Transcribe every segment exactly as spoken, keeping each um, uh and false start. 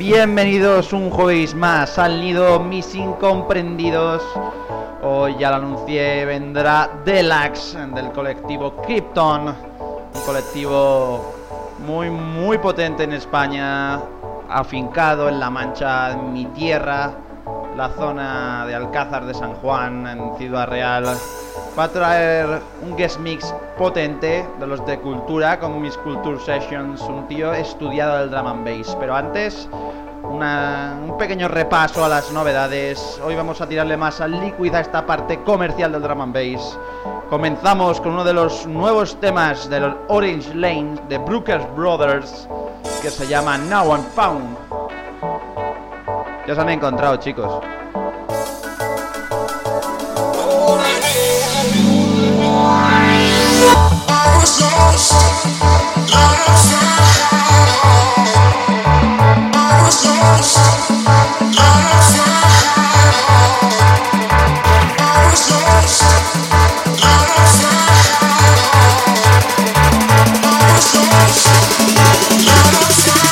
Bienvenidos un jueves más al nido, mis incomprendidos. Hoy ya lo anuncié, vendrá Deluxe del colectivo Krypton, un colectivo muy muy potente en España, afincado en La Mancha, en mi tierra, la zona de Alcázar de San Juan, en Ciudad Real. Va a traer un guest mix potente de los de Cultura con mis Culture Sessions, un tío estudiado del drum and bass. Pero antes, una, un pequeño repaso a las novedades. Hoy vamos a tirarle más al liquid a esta parte comercial del drum and bass. Comenzamos con uno de los nuevos temas de los Orange Lane de Brookers Brothers, que se llama Now I'm Found. Ya se han encontrado, chicos. I was lost, now I'm found. I was lost, now I'm found. I was lost, now I'm found. I was lost, now I'm found.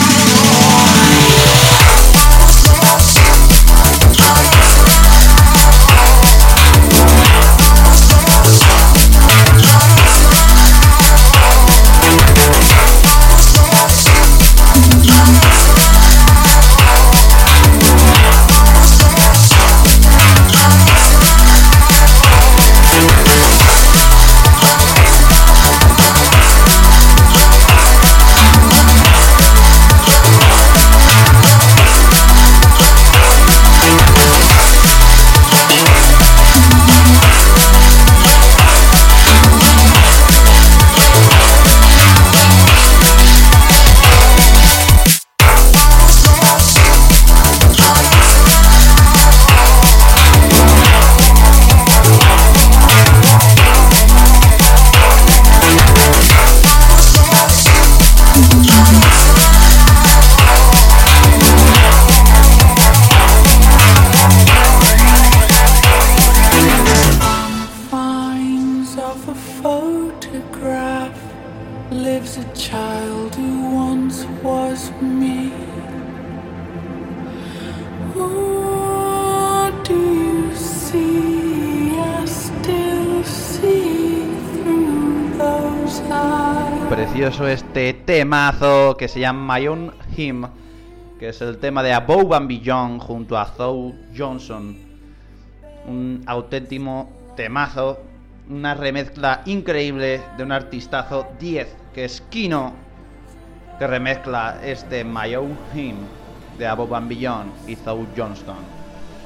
Precioso este temazo que se llama My Own Hymn, que es el tema de Above and Beyond junto a Zoe Johnson. Un auténtico temazo, una remezcla increíble de un artistazo diez, que es Kino, que remezcla este My Own Hymn de Above and Beyond y Zoe Johnston.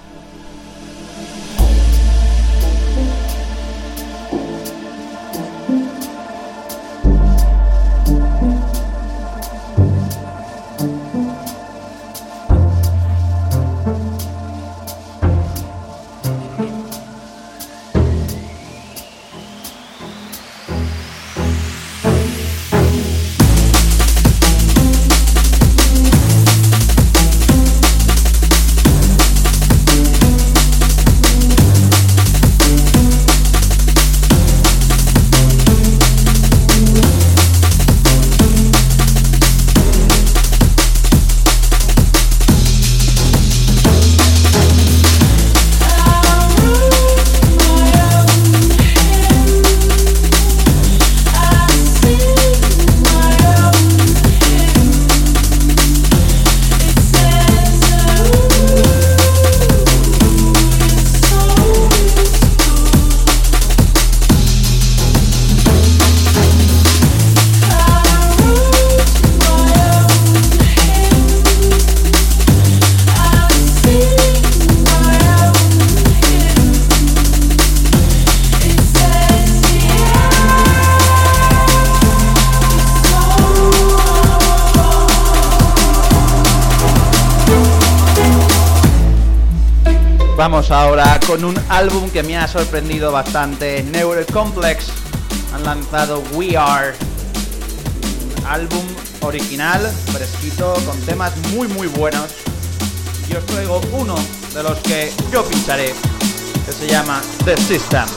Vamos ahora con un álbum que me ha sorprendido bastante. Neurocomplex han lanzado We Are, un álbum original, fresquito, con temas muy muy buenos. Y os traigo uno de los que yo pincharé, que se llama The System.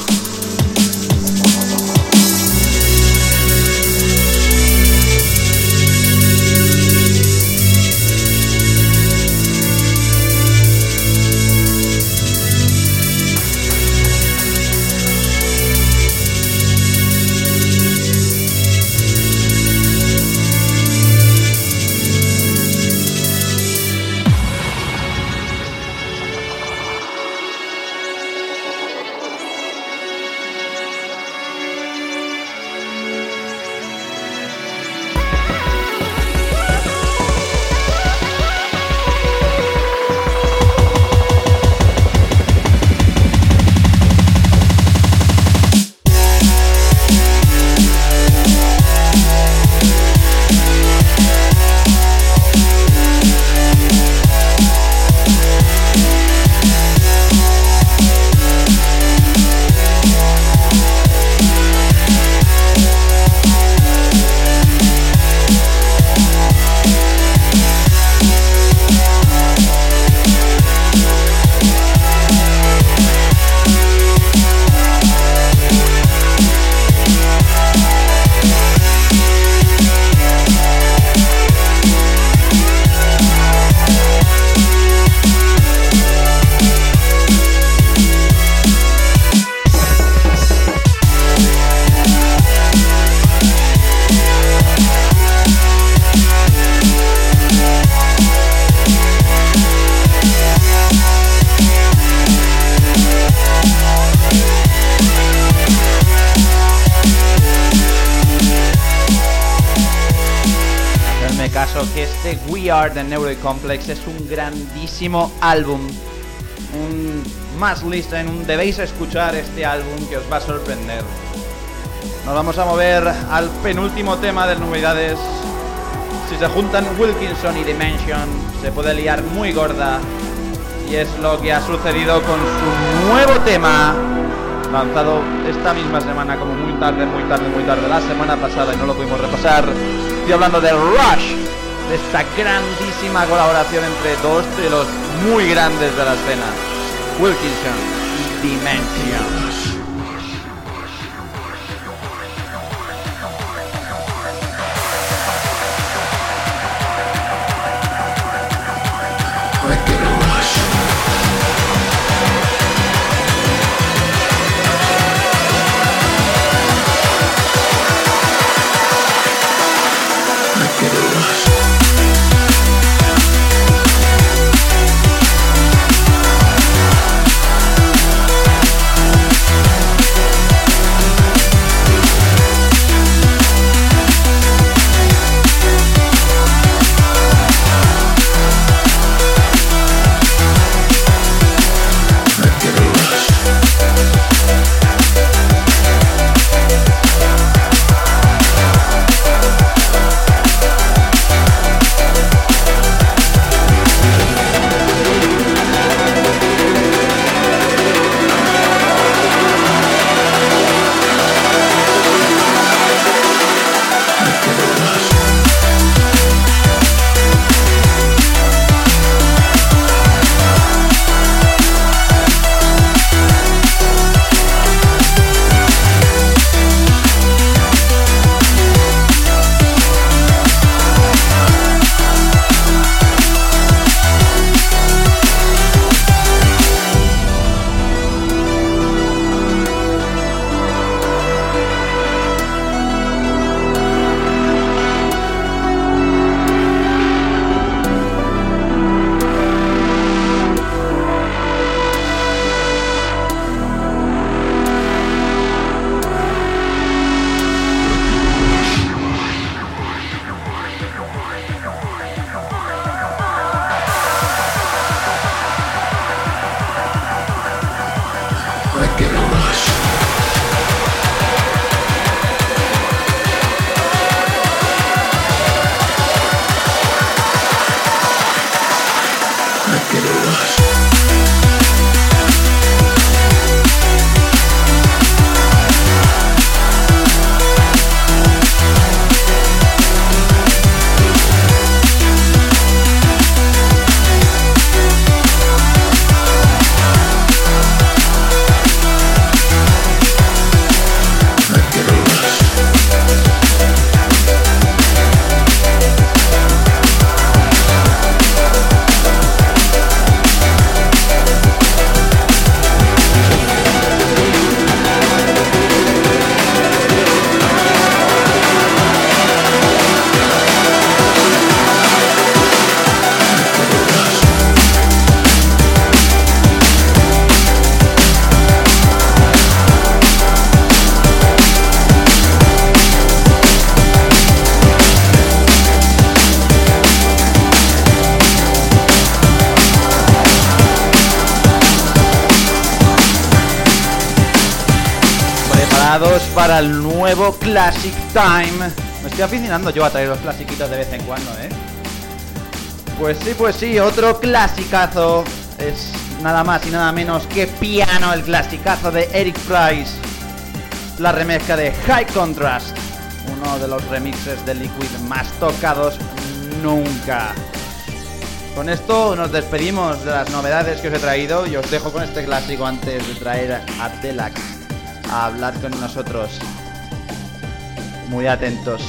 que este We Are de Neurocomplex es un grandísimo álbum. Un must listen, un debéis escuchar este álbum que os va a sorprender. Nos vamos a mover al penúltimo tema de novedades. Si se juntan Wilkinson y Dimension, se puede liar muy gorda. Y es lo que ha sucedido con su nuevo tema, lanzado esta misma semana, como muy tarde, muy tarde, muy tarde, la semana pasada, y no lo pudimos repasar. Estoy hablando de Rush, de esta grandísima colaboración entre dos de los muy grandes de la escena, Wilkinson y Dimension. Para el nuevo Classic Time. Me estoy aficionando yo a traer los clasiquitos de vez en cuando, ¿eh? Pues sí, pues sí, otro clasicazo. Es nada más y nada menos que Piano, el clasicazo de Eric Price. La remezcla de High Contrast, uno de los remixes de Liquid más tocados nunca. Con esto nos despedimos de las novedades que os he traído y os dejo con este clásico antes de traer a Delax a hablar con nosotros. Muy atentos.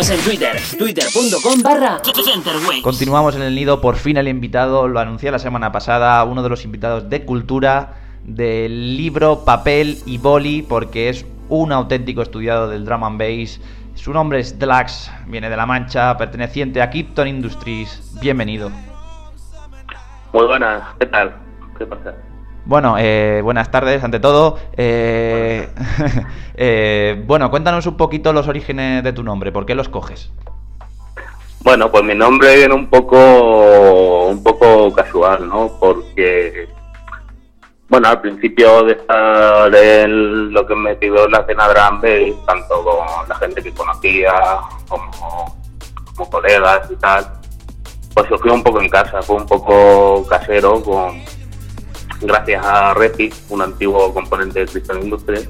Síguenos en Twitter, twitter.com barra Centerweek. Continuamos en el nido, por fin el invitado, lo anuncié la semana pasada, uno de los invitados de Cultura, del libro, papel y boli, porque es un auténtico estudiado del drum and bass. Su nombre es Deluxe, viene de La Mancha, perteneciente a Kipton Industries. Bienvenido. Muy buenas, ¿qué tal? ¿Qué pasa? Bueno, eh, buenas tardes ante todo. Eh, eh, bueno, cuéntanos un poquito los orígenes de tu nombre, ¿por qué los coges? Bueno, pues mi nombre viene un poco, un poco casual, ¿no? Porque, bueno, al principio de estar en lo que me pidió la escena drum and bass, tanto con la gente que conocía como, como colegas y tal, pues surgió un poco en casa, fue un poco casero, con gracias a Repi, un antiguo componente de Kipton Industries.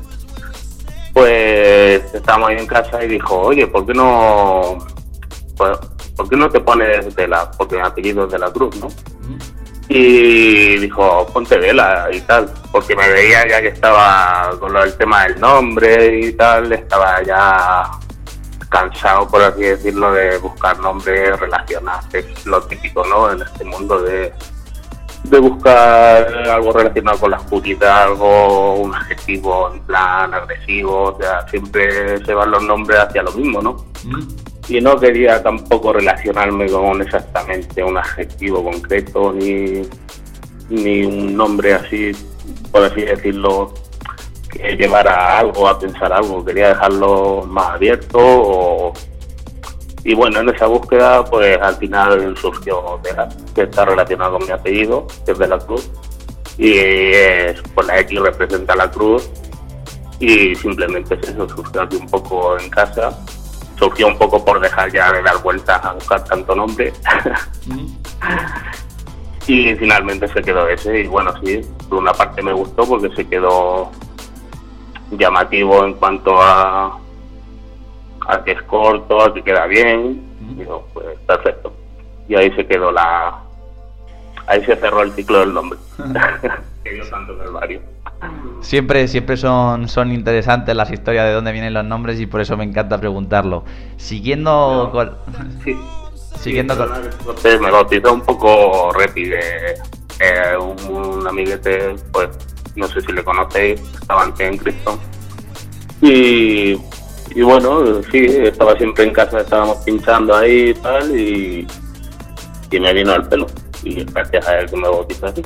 Pues estábamos ahí en casa y dijo, oye, ¿por qué no, pues, ¿por qué no te pones Vela? Porque mi apellido es de la Cruz, ¿no? Mm. Y dijo, ponte Vela y tal, porque me veía ya que estaba con el tema del nombre y tal, estaba ya cansado, por así decirlo, de buscar nombres relacionados, es lo típico, ¿no? En este mundo de, de buscar algo relacionado con la oscuridad, algo, un adjetivo en plan agresivo, o sea, siempre se van los nombres hacia lo mismo, ¿no? Mm. Y no quería tampoco relacionarme con exactamente un adjetivo concreto, ni, ni un nombre así, por así decirlo, que llevara a algo, a pensar algo. Quería dejarlo más abierto. O... Y bueno, en esa búsqueda, pues al final surgió Vela, que está relacionado con mi apellido, que es de la Cruz. Y es, pues la X representa la cruz. Y simplemente es eso, surgió aquí un poco en casa. Surgió un poco por dejar ya de dar vueltas a buscar tanto nombre. Mm. Y finalmente se quedó ese. Y bueno, sí, por una parte me gustó porque se quedó llamativo en cuanto a, a que es corto, a que queda bien. Mm. Digo, pues perfecto. Y ahí se quedó la... Ahí se cerró el ciclo del nombre. Que dio tanto calvario. Siempre, siempre son, son interesantes las historias de dónde vienen los nombres y por eso me encanta preguntarlo. Siguiendo no, con... Sí, siguiendo sí, con... Usted me bautizó un poco Repi, de eh, un, un amiguete, pues no sé si le conocéis, estaba antes en Kipton. Y, y bueno, sí, estaba siempre en casa, estábamos pinchando ahí y tal, y, y me vino al pelo. Y gracias a él que me bautizó así.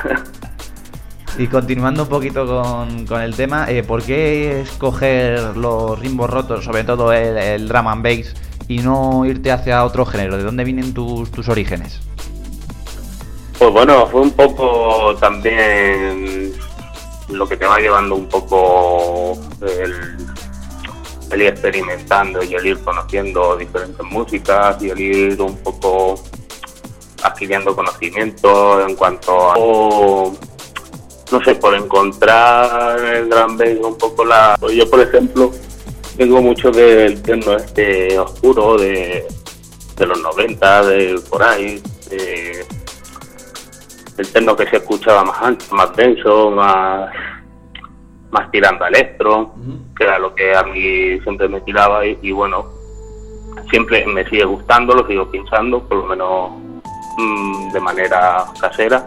Y continuando un poquito con, con el tema, eh, ¿por qué escoger los rimbos rotos, sobre todo el, el drum and bass, y no irte hacia otro género? ¿De dónde vienen tus, tus orígenes? Pues bueno, fue un poco también lo que te va llevando un poco el, el ir experimentando y el ir conociendo diferentes músicas y el ir un poco adquiriendo conocimiento en cuanto a... O, no sé, por encontrar el drum bass un poco la... Yo, por ejemplo, tengo mucho del techno este oscuro de, de los noventa, de por ahí, de, el techno que se escuchaba más ancho, más denso, más, más tirando a electro, uh-huh. que era lo que a mí siempre me tiraba y, y bueno, siempre me sigue gustando, lo sigo pinchando, por lo menos mmm, de manera casera.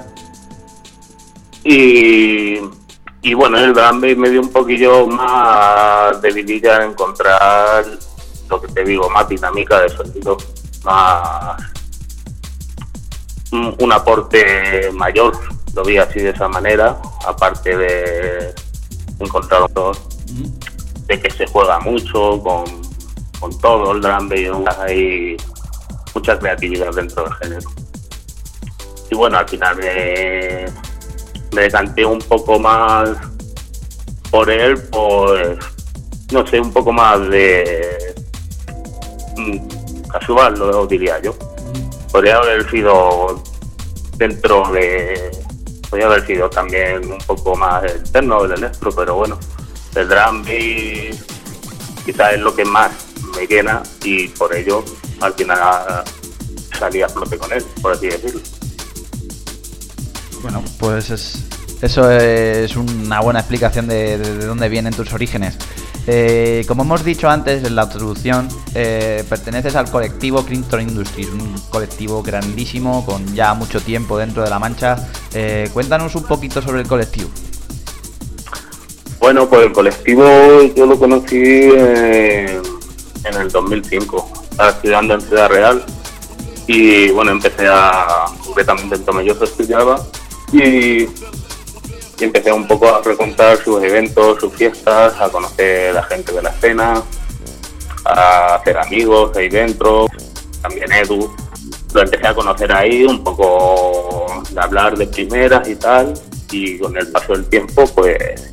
Y, y bueno, el drum bass me dio un poquillo más de vidilla en encontrar, lo que te digo, más dinámica de sonido, más un aporte mayor, lo vi así de esa manera, aparte de encontrar otro, de que se juega mucho con, con todo el drum bass, hay mucha creatividad dentro del género. Y bueno, al final me... me decanté un poco más por él, pues no sé, un poco más de casual, lo diría yo. Podría haber sido dentro de, podría haber sido también un poco más externo del electro, pero bueno, el drum bass quizás es lo que más me llena y por ello al final salí a flote con él, por así decirlo. Bueno, pues es, eso es una buena explicación de, de, de dónde vienen tus orígenes. Eh, como hemos dicho antes en la introducción, eh, perteneces al colectivo Krypton Industries, un colectivo grandísimo con ya mucho tiempo dentro de La Mancha. Eh, cuéntanos un poquito sobre el colectivo. Bueno, pues el colectivo yo lo conocí eh, en el dos mil cinco, estaba estudiando en Ciudad Real y bueno, empecé a, concretamente en Tomelloso estudiaba y, y empecé un poco a recontar sus eventos, sus fiestas, a conocer a gente de la escena, a hacer amigos ahí dentro, también Edu, lo empecé a conocer ahí, un poco de hablar de primeras y tal, y con el paso del tiempo pues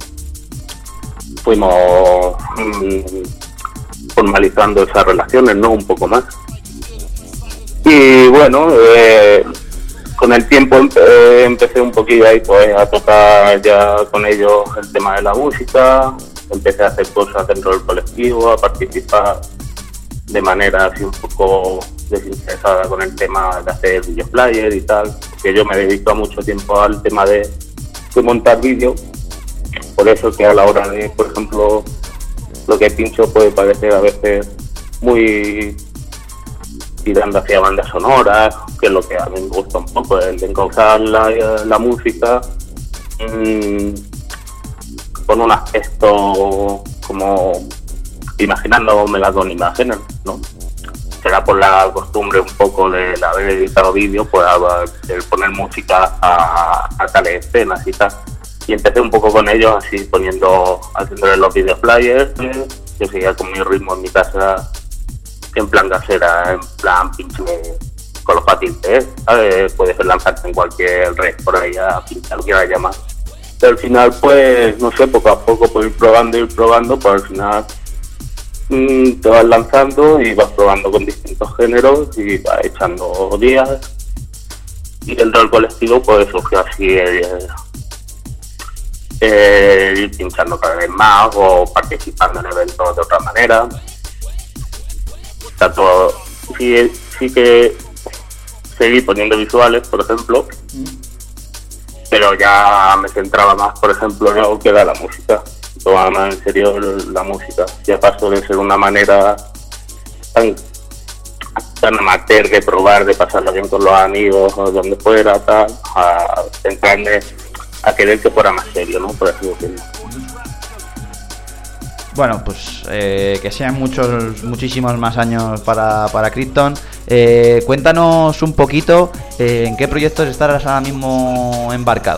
fuimos mmm, formalizando esas relaciones, ¿no? Un poco más. Y bueno, eh, con el tiempo eh, empecé un poquillo ahí pues a tocar ya con ellos el tema de la música, empecé a hacer cosas dentro del colectivo, a participar de manera así un poco desinteresada con el tema de hacer video flyer y tal, porque yo me dedico mucho tiempo al tema de, de montar vídeos. Por eso que a la hora de, por ejemplo, lo que pincho puede parecer a veces muy tirando hacia bandas sonoras, que es lo que a mí me gusta un poco, el de encauzar la, la música mmm, con un aspecto como imaginándome con imágenes, ¿no? Será por la costumbre un poco de haber editado vídeos, pues el poner música a, a tales escenas y tal. Y empecé un poco con ellos, así poniendo, haciéndole los video flyers. Yo seguía con mi ritmo en mi casa, en plan casera, en plan pinche con los patines, ¿sabes? Puedes lanzarte en cualquier red por ahí a pinchar, lo que quieras llamar. Pero al final, pues, no sé, poco a poco, pues ir probando, ir probando, pues al final mmm, te vas lanzando y vas probando con distintos géneros y vas echando días. Y dentro del colectivo, pues surgió así el... Eh, ir pinchando cada vez más o participando en eventos de otra manera. Tanto, sí, sí que seguí poniendo visuales, por ejemplo, mm. pero ya me centraba más, por ejemplo, en lo que era la música, tomaba más en serio la música. Ya pasó de ser una manera tan, tan amateur de probar, de pasarlo bien con los amigos o donde fuera, tal, a centrarme a querer que fuera más serio, ¿no? Por así decirlo. Bueno, pues eh, que sean muchos, muchísimos más años para, para Krypton. Eh, cuéntanos un poquito eh, en qué proyectos estarás ahora mismo embarcado.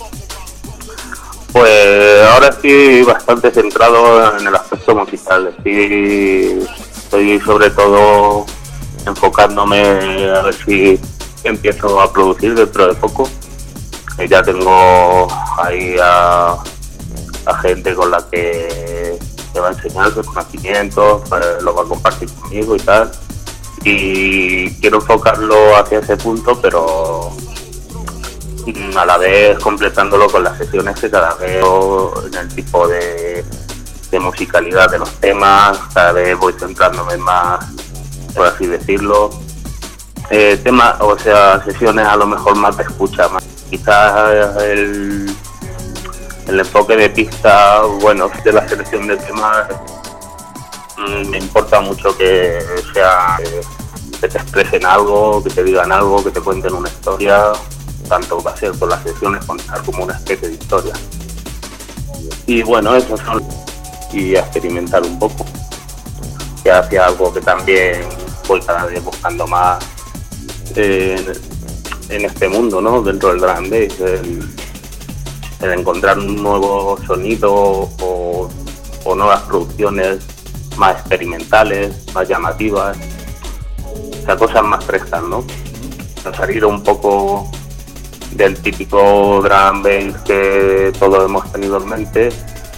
Pues ahora estoy bastante centrado en el aspecto musical. Estoy, estoy sobre todo enfocándome a ver si empiezo a producir dentro de poco. Ya tengo ahí a, a gente con la que me va a enseñar sus conocimientos, pues, lo va a compartir conmigo y tal. Y quiero enfocarlo hacia ese punto, pero a la vez completándolo con las sesiones que cada vez en el tipo de, de musicalidad de los temas, cada vez voy centrándome más, por así decirlo. Eh, temas, o sea, sesiones a lo mejor más de escucha, más. Quizás el, el enfoque de pista, bueno, de la selección de temas, mmm, me importa mucho que sea que te expresen algo, que te digan algo, que te cuenten una historia, tanto va a ser con las sesiones contar como una especie de historia. Y bueno, eso son, y a experimentar un poco, que hacia algo que también voy cada vez buscando más eh, en este mundo, ¿no? Dentro del drum and bass, el, el encontrar un nuevo sonido o, o nuevas producciones más experimentales, más llamativas, o sea, cosas más frescas, ¿no? Salir un poco del típico drum and bass que todos hemos tenido en mente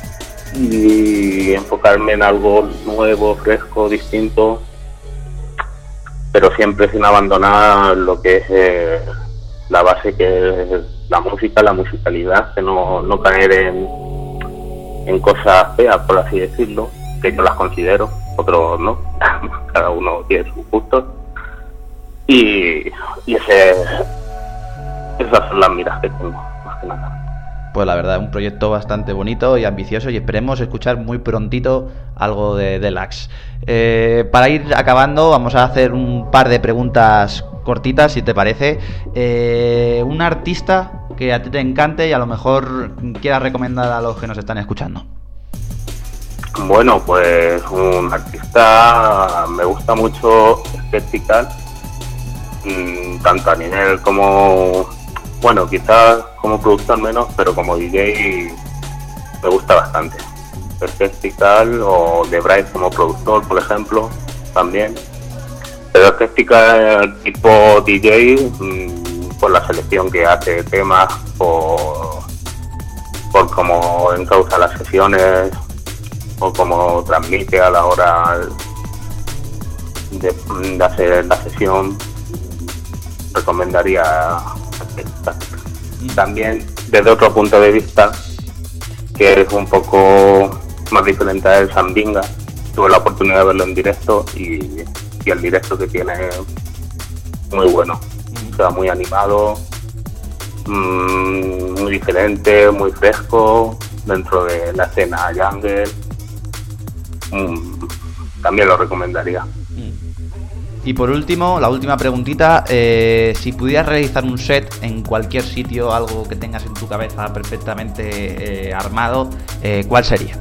y enfocarme en algo nuevo, fresco, distinto, pero siempre sin abandonar lo que es eh, la base, que es la música, la musicalidad, que no, no caer en, en cosas feas, por así decirlo, que yo las considero, otros no, cada uno tiene sus gustos, y, y ese, esas son las miras que tengo, más que nada. pues la verdad, un proyecto bastante bonito y ambicioso, y esperemos escuchar muy prontito algo de Deluxe. Eh, para ir acabando, vamos a hacer un par de preguntas cortitas, si te parece. Eh, un artista que a ti te encante y a lo mejor quieras recomendar a los que nos están escuchando. Bueno, pues un artista, me gusta mucho Skeptical, tanto a nivel como, bueno, quizás como productor menos, pero como D J me gusta bastante. Skeptical o The Bright como productor, por ejemplo, también. Pero Skeptical tipo D J, por la selección que hace de temas, por, por cómo encausa las sesiones, o cómo transmite a la hora de, de hacer la sesión, recomendaría esta. También desde otro punto de vista, que es un poco más diferente a el Sambinga, tuve la oportunidad de verlo en directo y, y el directo que tiene muy bueno, o sea, muy animado, mmm, muy diferente, muy fresco dentro de la escena jungle. Mm, también lo recomendaría. Y por último, la última preguntita, eh, si pudieras realizar un set en cualquier sitio, algo que tengas en tu cabeza perfectamente eh, armado, eh, ¿cuál sería?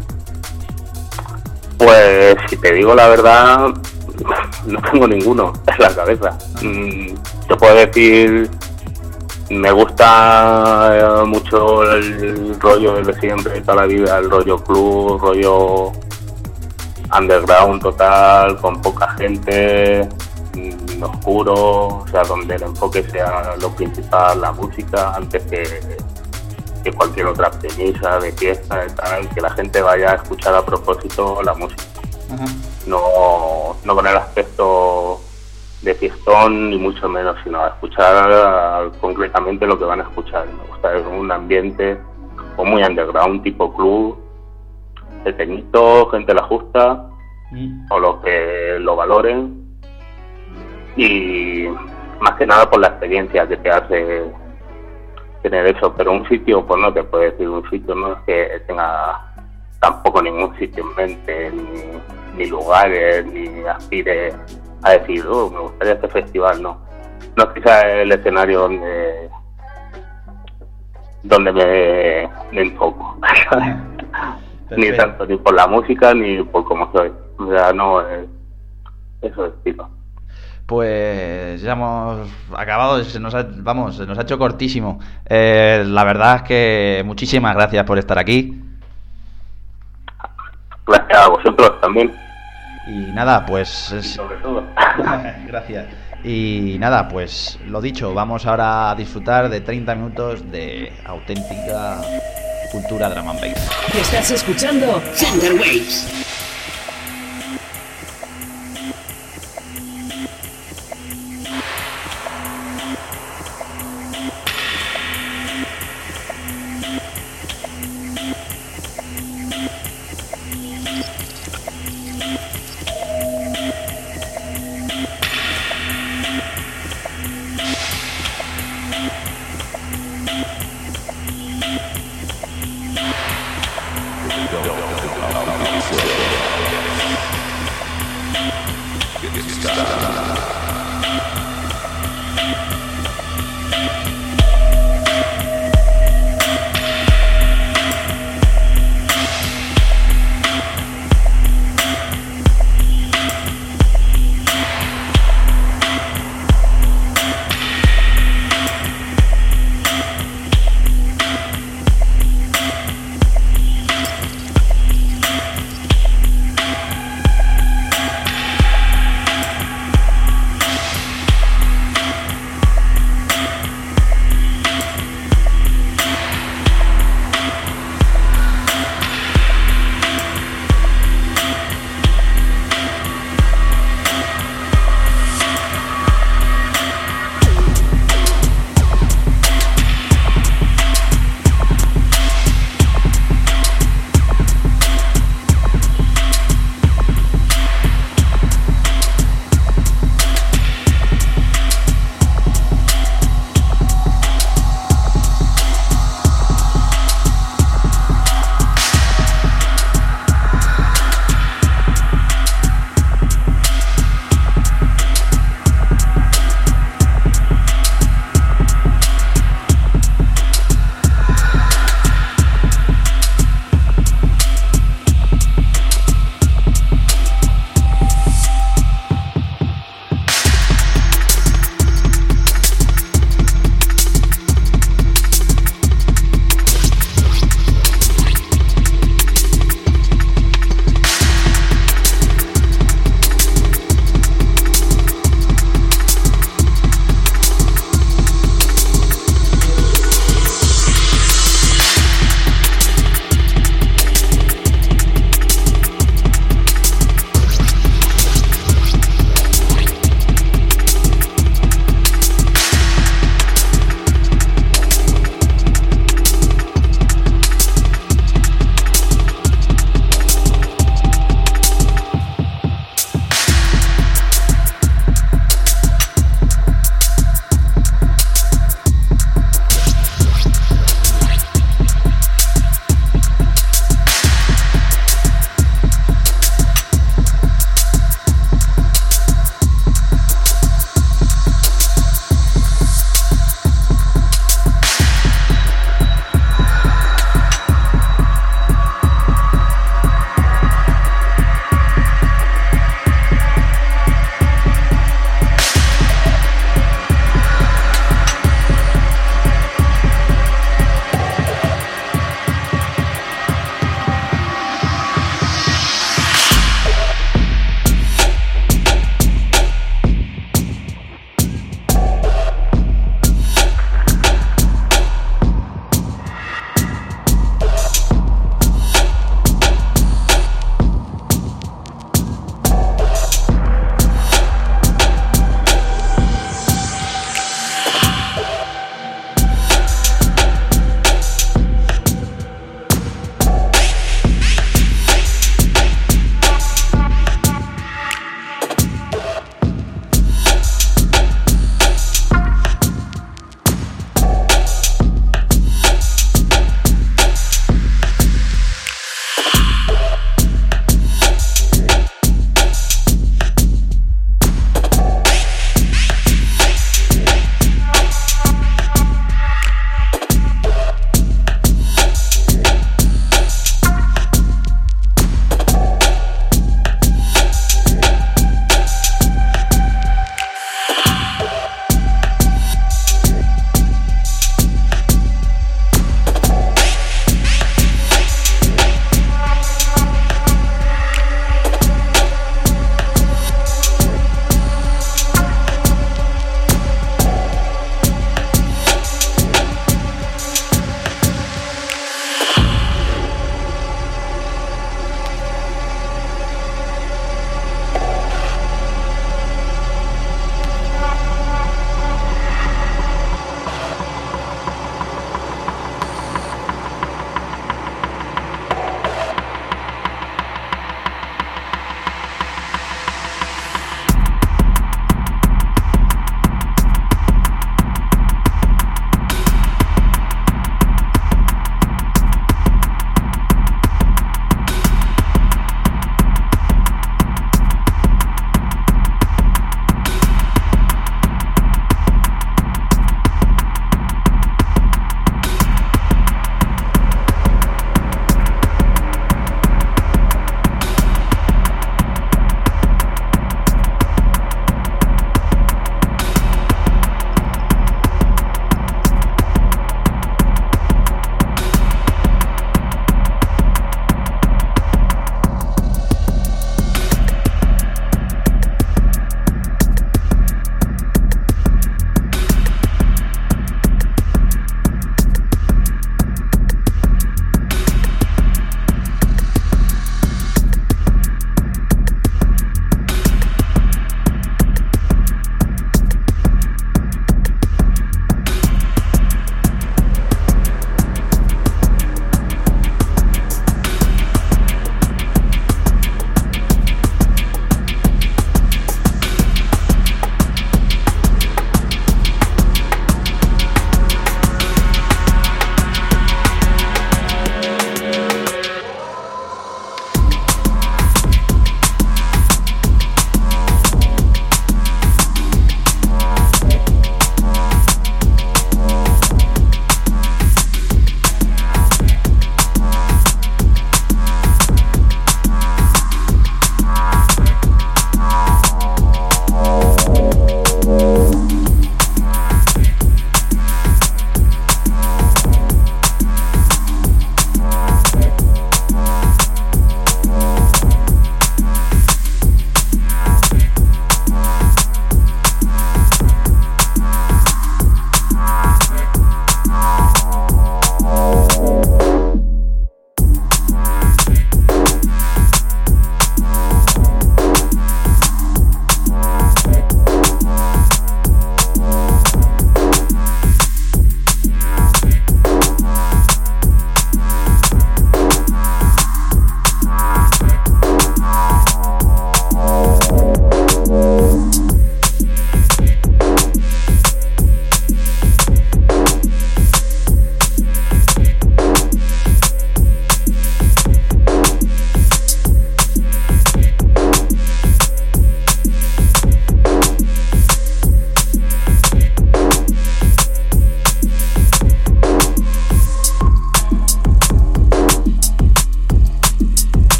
Pues si te digo la verdad, no tengo ninguno en la cabeza. Mm, te puedo decir, me gusta mucho el rollo de siempre, de toda la vida, el rollo club, rollo underground total, con poca gente, mmm, oscuro, o sea, donde el enfoque sea lo principal, la música, antes que, que cualquier otra premisa de fiesta y tal, que la gente vaya a escuchar a propósito la música. Uh-huh. No, no con el aspecto de fiestón, ni mucho menos, sino a escuchar concretamente lo que van a escuchar. Me gusta un ambiente o muy underground, tipo club, pequeñito, gente la justa, mm. o los que lo valoren, y más que nada por la experiencia que te hace tener eso. Pero un sitio, pues no te puedo decir un sitio, no es que tenga tampoco ningún sitio en mente, ni, ni lugares, ni aspire a decir, oh, me gustaría este festival, no. No es que sea el escenario donde, donde me, me enfoco. Ni tanto, ni por la música, ni por cómo soy. O sea, no, eh, eso es estilo. Pues ya hemos acabado, se nos ha, vamos, se nos ha hecho cortísimo. Eh, la verdad es que muchísimas gracias por estar aquí. Gracias a vosotros también. Y nada, pues... Y sobre todo. Gracias. Y nada, pues lo dicho, vamos ahora a disfrutar de treinta minutos de auténtica cultura drum and bass. Estás escuchando Center Waves. Go, go, go, go, go, go, go.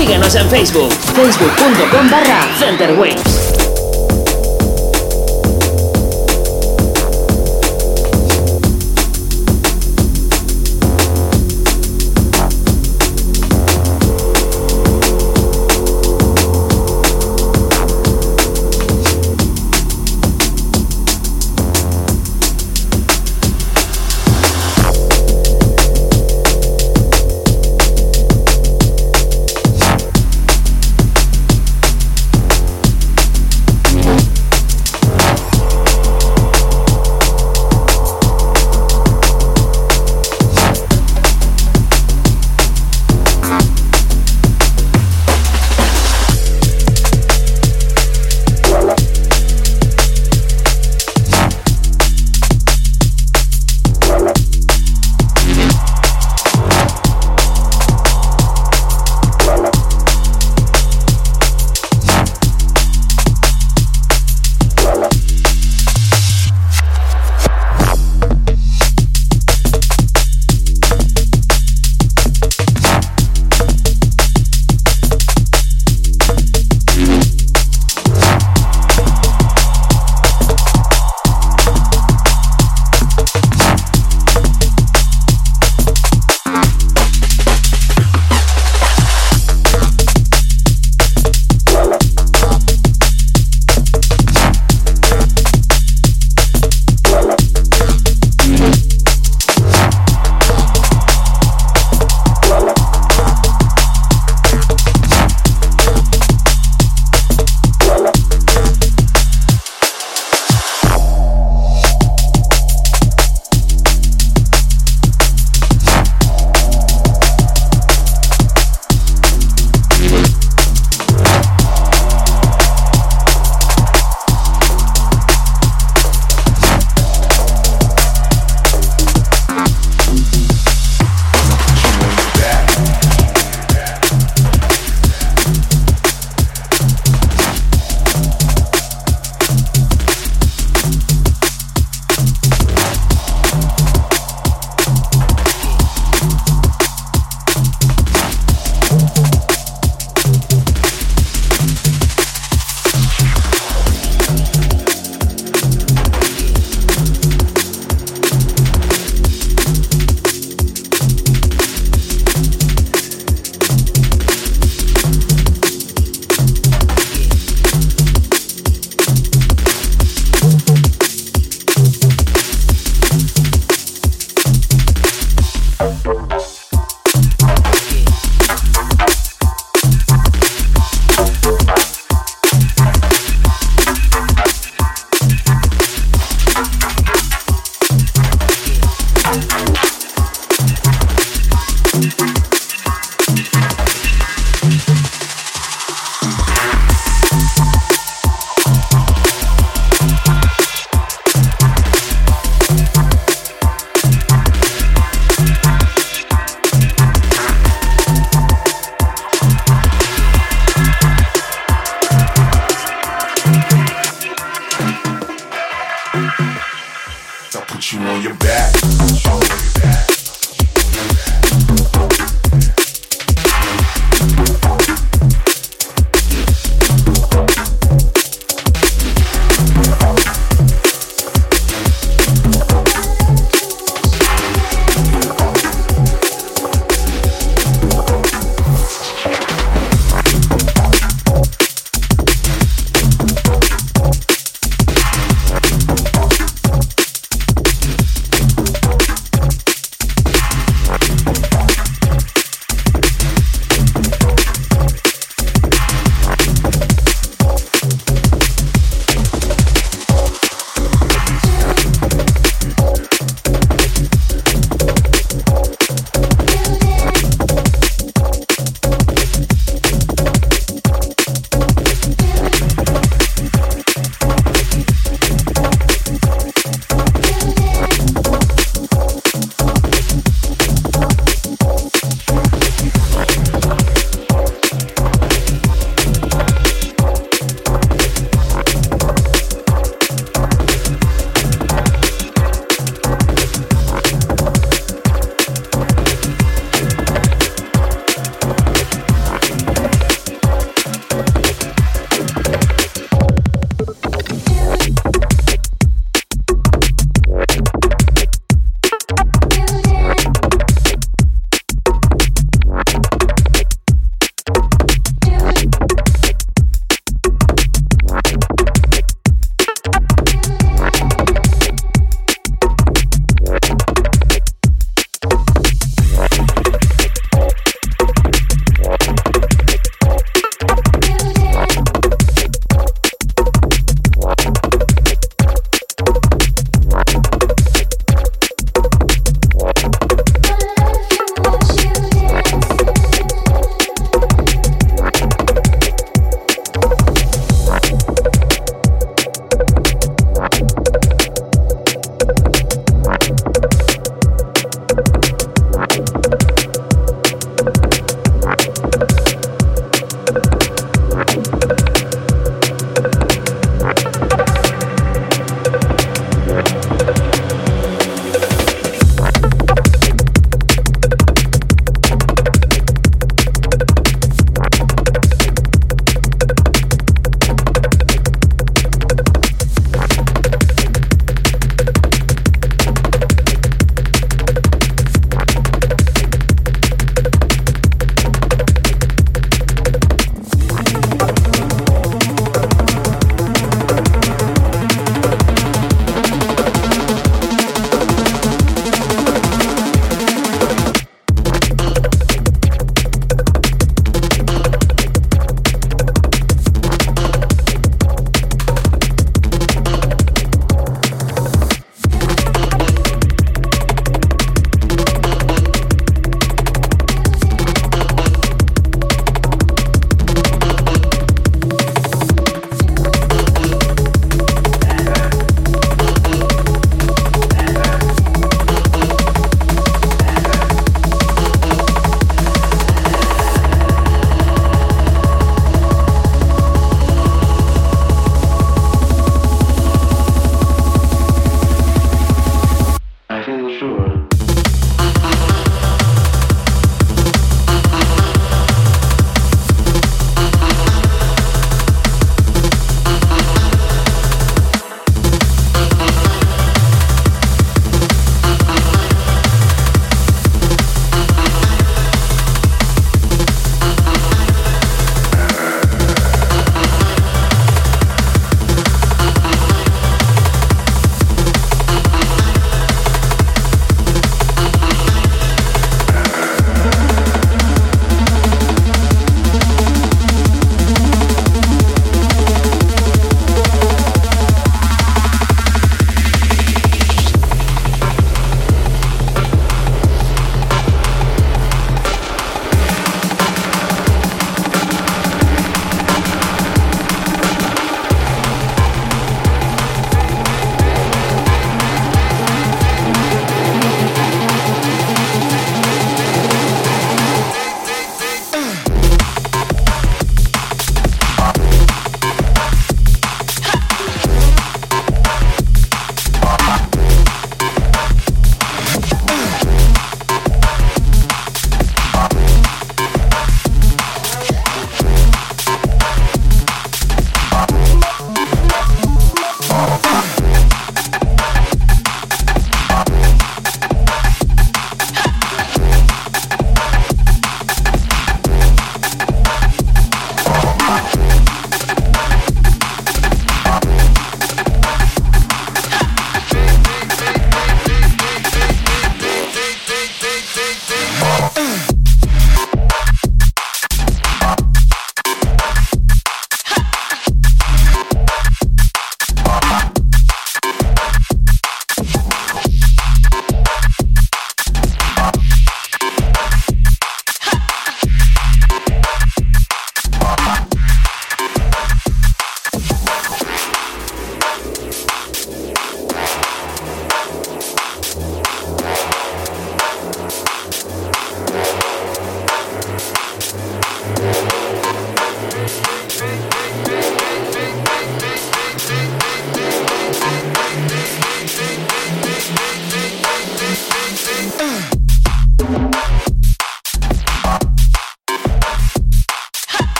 Síguenos en Facebook, facebook punto com barra Center Waves. put you on your back.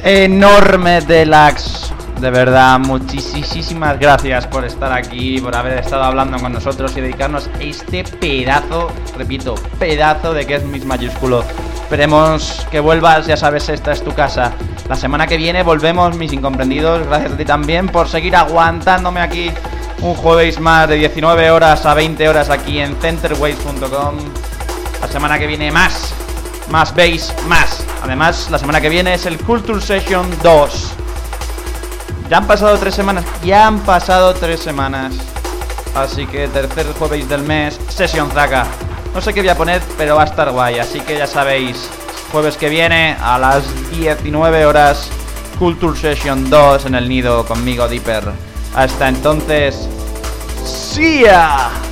enorme, Delax. De verdad, muchísimas gracias por estar aquí, por haber estado hablando con nosotros y dedicarnos a este pedazo, repito, pedazo de que es Miss mayúsculo. Esperemos que vuelvas, ya sabes, esta es tu casa. La semana que viene volvemos, mis incomprendidos. Gracias a ti también por seguir aguantándome aquí un jueves más de diecinueve horas a veinte horas aquí en centerwaves punto com. La semana que viene más, más bass, más. Además, la semana que viene es el Culture Session dos. Ya han pasado tres semanas, ya han pasado tres semanas. Así que tercer jueves del mes, Session Zaka. No sé qué voy a poner, pero va a estar guay. Así que ya sabéis, jueves que viene a las diecinueve horas, Culture Session dos en el nido conmigo, Dipper. Hasta entonces, ¡see ya!